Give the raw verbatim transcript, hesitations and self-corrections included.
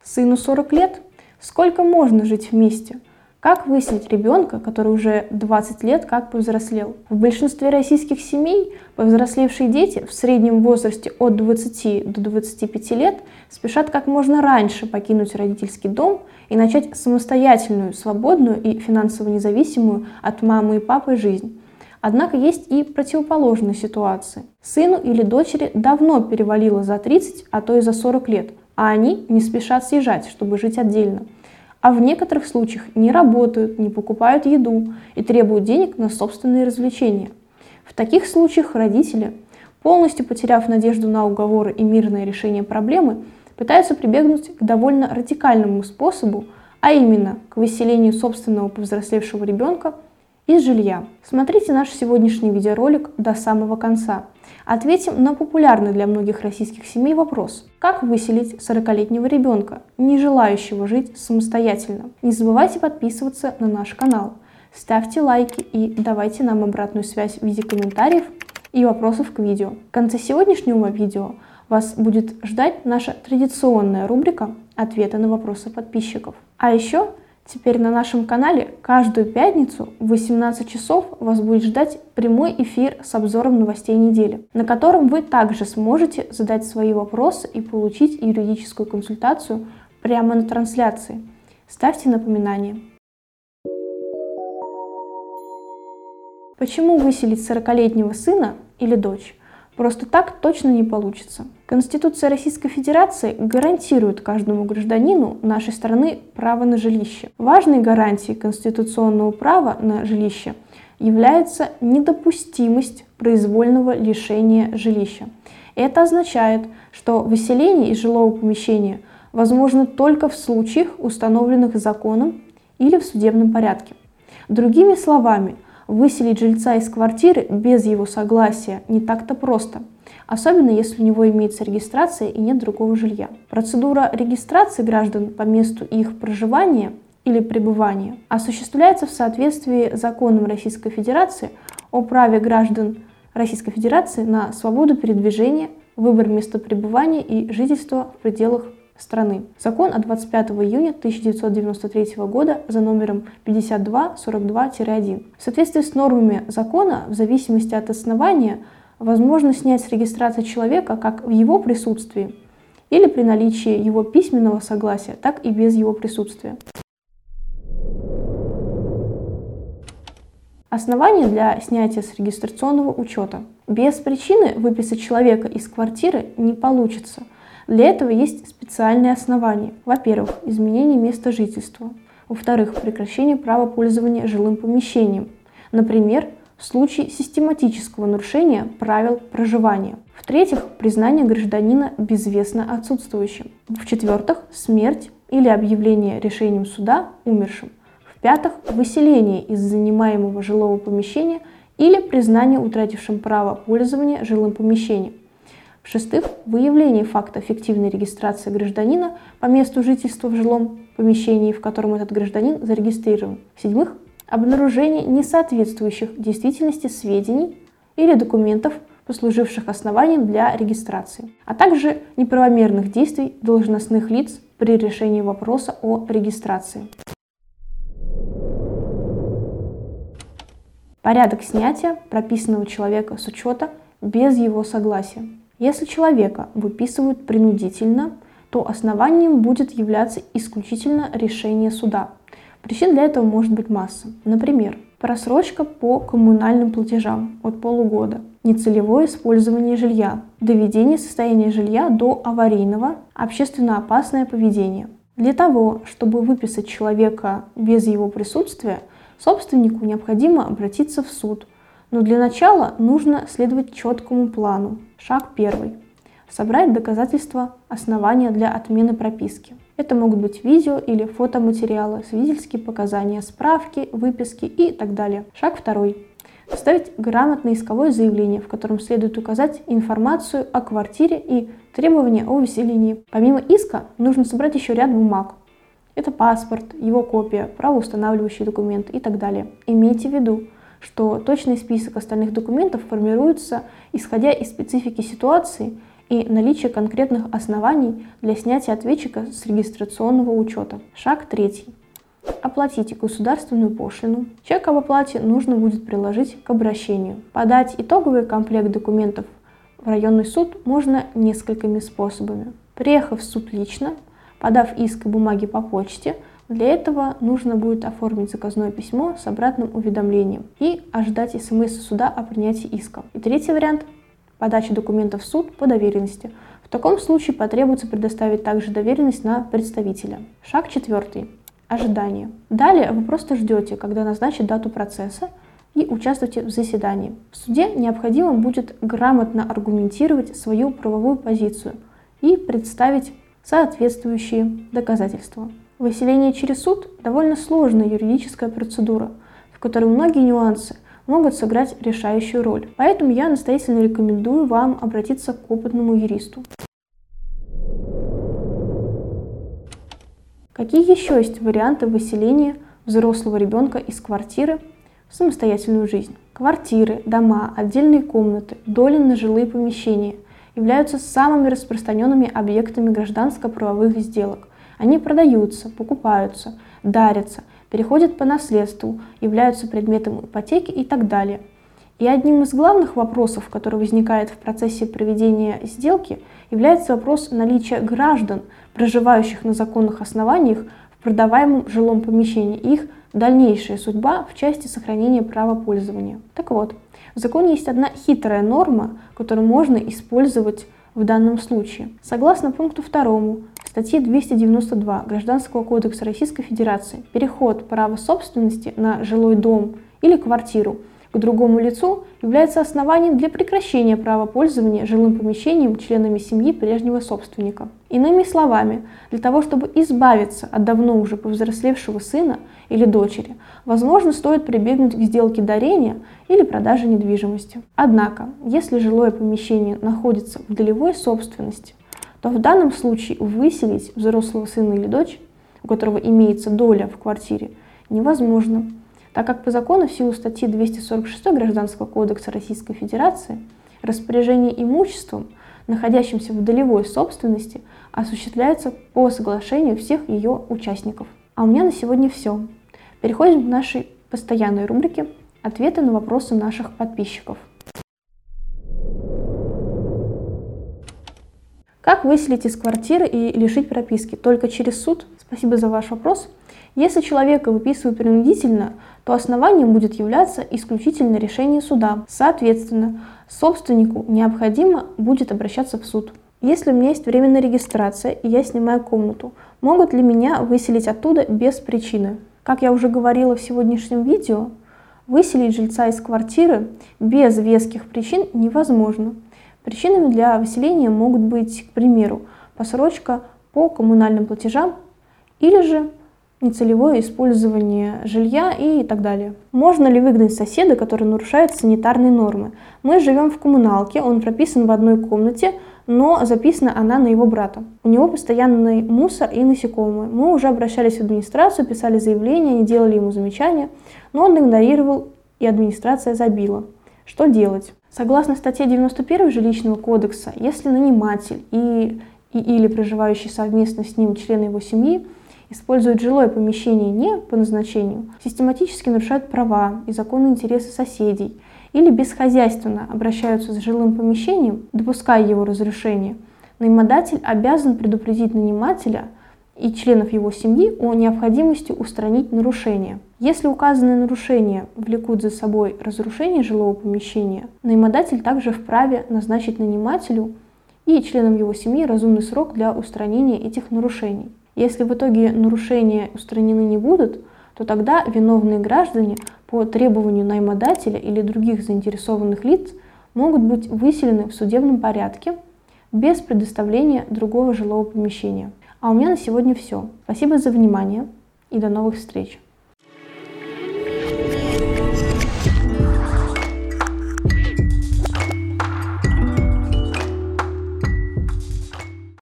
Сыну сорок лет? Сколько можно жить вместе? Как выселить ребенка, который уже двадцать лет как повзрослел? В большинстве российских семей повзрослевшие дети в среднем возрасте от двадцати до двадцати пяти лет спешат как можно раньше покинуть родительский дом и начать самостоятельную, свободную и финансово независимую от мамы и папы жизнь. Однако есть и противоположные ситуации. Сыну или дочери давно перевалило за тридцать, а то и за сорок лет, а они не спешат съезжать, чтобы жить отдельно. А в некоторых случаях не работают, не покупают еду и требуют денег на собственные развлечения. В таких случаях родители, полностью потеряв надежду на уговоры и мирное решение проблемы, пытаются прибегнуть к довольно радикальному способу, а именно к выселению собственного повзрослевшего ребенка из жилья. Смотрите наш сегодняшний видеоролик до самого конца. Ответим на популярный для многих российских семей вопрос: как выселить сорокалетнего ребенка, не желающего жить самостоятельно? Не забывайте подписываться на наш канал, ставьте лайки и давайте нам обратную связь в виде комментариев и вопросов к видео. В конце сегодняшнего видео вас будет ждать наша традиционная рубрика «Ответы на вопросы подписчиков». А еще теперь на нашем канале каждую пятницу в восемнадцать часов вас будет ждать прямой эфир с обзором новостей недели, на котором вы также сможете задать свои вопросы и получить юридическую консультацию прямо на трансляции. Ставьте напоминания. Почему выселить сорокалетнего сына или дочь просто так точно не получится? Конституция Российской Федерации гарантирует каждому гражданину нашей страны право на жилище. Важной гарантией конституционного права на жилище является недопустимость произвольного лишения жилища. Это означает, что выселение из жилого помещения возможно только в случаях, установленных законом или в судебном порядке. Другими словами, выселить жильца из квартиры без его согласия не так-то просто, особенно если у него имеется регистрация и нет другого жилья. Процедура регистрации граждан по месту их проживания или пребывания осуществляется в соответствии с законом Российской Федерации о праве граждан Российской Федерации на свободу передвижения, выбор места пребывания и жительства в пределах страны. Закон от двадцать пятого июня тысяча девятьсот девяносто третьего года за номером пятьдесят два сорок два один. В соответствии с нормами закона, в зависимости от основания, возможно снять с регистрации человека как в его присутствии или при наличии его письменного согласия, так и без его присутствия. Основания для снятия с регистрационного учета. Без причины выписать человека из квартиры не получится. Для этого есть специальные основания. Во-первых, изменение места жительства. Во-вторых, прекращение права пользования жилым помещением. Например, в случае систематического нарушения правил проживания. В-третьих, признание гражданина безвестно отсутствующим. В-четвертых, смерть или объявление решением суда умершим. В-пятых, выселение из занимаемого жилого помещения или признание утратившим право пользования жилым помещением. В-шестых, выявление факта фиктивной регистрации гражданина по месту жительства в жилом помещении, в котором этот гражданин зарегистрирован. В-седьмых, обнаружение несоответствующих действительности сведений или документов, послуживших основанием для регистрации, а также неправомерных действий должностных лиц при решении вопроса о регистрации. Порядок снятия прописанного человека с учета без его согласия. Если человека выписывают принудительно, то основанием будет являться исключительно решение суда. Причин для этого может быть масса. Например, просрочка по коммунальным платежам от полугода, нецелевое использование жилья, доведение состояния жилья до аварийного, общественно опасное поведение. Для того, чтобы выписать человека без его присутствия, собственнику необходимо обратиться в суд. Но для начала нужно следовать четкому плану. Шаг первый. Собрать доказательства основания для отмены прописки. Это могут быть видео или фотоматериалы, свидетельские показания, справки, выписки и так далее. Шаг второй. Составить грамотное исковое заявление, в котором следует указать информацию о квартире и требования о выселении. Помимо иска нужно собрать еще ряд бумаг. Это паспорт, его копия, правоустанавливающий документ и так далее. Имейте в виду, что точный список остальных документов формируется исходя из специфики ситуации и наличие конкретных оснований для снятия ответчика с регистрационного учета. Шаг третий. Оплатить государственную пошлину. Чек об оплате нужно будет приложить к обращению. Подать итоговый комплект документов в районный суд можно несколькими способами. Приехав в суд лично, подав иск и бумаги по почте, для этого нужно будет оформить заказное письмо с обратным уведомлением и ожидать смс суда о принятии иска. И третий вариант – подача документов в суд по доверенности. В таком случае потребуется предоставить также доверенность на представителя. Шаг четвертый. Ожидание. Далее вы просто ждете, когда назначат дату процесса, и участвуйте в заседании. В суде необходимо будет грамотно аргументировать свою правовую позицию и представить соответствующие доказательства. Выселение через суд – довольно сложная юридическая процедура, в которой многие нюансы могут сыграть решающую роль. Поэтому я настоятельно рекомендую вам обратиться к опытному юристу. Какие еще есть варианты выселения взрослого ребенка из квартиры в самостоятельную жизнь? Квартиры, дома, отдельные комнаты, доли на жилые помещения являются самыми распространенными объектами гражданско-правовых сделок. Они продаются, покупаются, дарятся, переходят по наследству, являются предметом ипотеки и так далее. И одним из главных вопросов, который возникает в процессе проведения сделки, является вопрос наличия граждан, проживающих на законных основаниях в продаваемом жилом помещении, и их дальнейшая судьба в части сохранения права пользования. Так вот, в законе есть одна хитрая норма, которую можно использовать в данном случае. Согласно пункту второму статьи двести девяносто два Гражданского кодекса Российской Федерации, переход права собственности на жилой дом или квартиру к другому лицу является основанием для прекращения права пользования жилым помещением членами семьи прежнего собственника. Иными словами, для того, чтобы избавиться от давно уже повзрослевшего сына или дочери, возможно, стоит прибегнуть к сделке дарения или продажи недвижимости. Однако, если жилое помещение находится в долевой собственности, то в данном случае выселить взрослого сына или дочь, у которого имеется доля в квартире, невозможно, так как по закону в силу статьи двести сорок шесть Гражданского кодекса Российской Федерации распоряжение имуществом, находящимся в долевой собственности, осуществляется по соглашению всех ее участников. А у меня на сегодня все. Переходим к нашей постоянной рубрике «Ответы на вопросы наших подписчиков». Как выселить из квартиры и лишить прописки? Только через суд? Спасибо за ваш вопрос. Если человека выписывают принудительно, то основанием будет являться исключительно решение суда. Соответственно, собственнику необходимо будет обращаться в суд. Если у меня есть временная регистрация и я снимаю комнату, могут ли меня выселить оттуда без причины? Как я уже говорила в сегодняшнем видео, выселить жильца из квартиры без веских причин невозможно. Причинами для выселения могут быть, к примеру, просрочка по коммунальным платежам или же нецелевое использование жилья и так далее. Можно ли выгнать соседа, который нарушает санитарные нормы? Мы живем в коммуналке, он прописан в одной комнате, но записана она на его брата. У него постоянный мусор и насекомые. Мы уже обращались в администрацию, писали заявления, не делали ему замечания, но он игнорировал, и администрация забила. Что делать? Согласно статье девяносто первой Жилищного кодекса, если наниматель и, и или проживающий совместно с ним члены его семьи используют жилое помещение не по назначению, систематически нарушают права и законные интересы соседей или бесхозяйственно обращаются с жилым помещением, допуская его разрушение, наимодатель обязан предупредить нанимателя и членов его семьи о необходимости устранить нарушение. Если указанные нарушения влекут за собой разрушение жилого помещения, наимодатель также вправе назначить нанимателю и членам его семьи разумный срок для устранения этих нарушений. Если в итоге нарушения устранены не будут, то тогда виновные граждане по требованию наймодателя или других заинтересованных лиц могут быть выселены в судебном порядке без предоставления другого жилого помещения. А у меня на сегодня все. Спасибо за внимание и до новых встреч!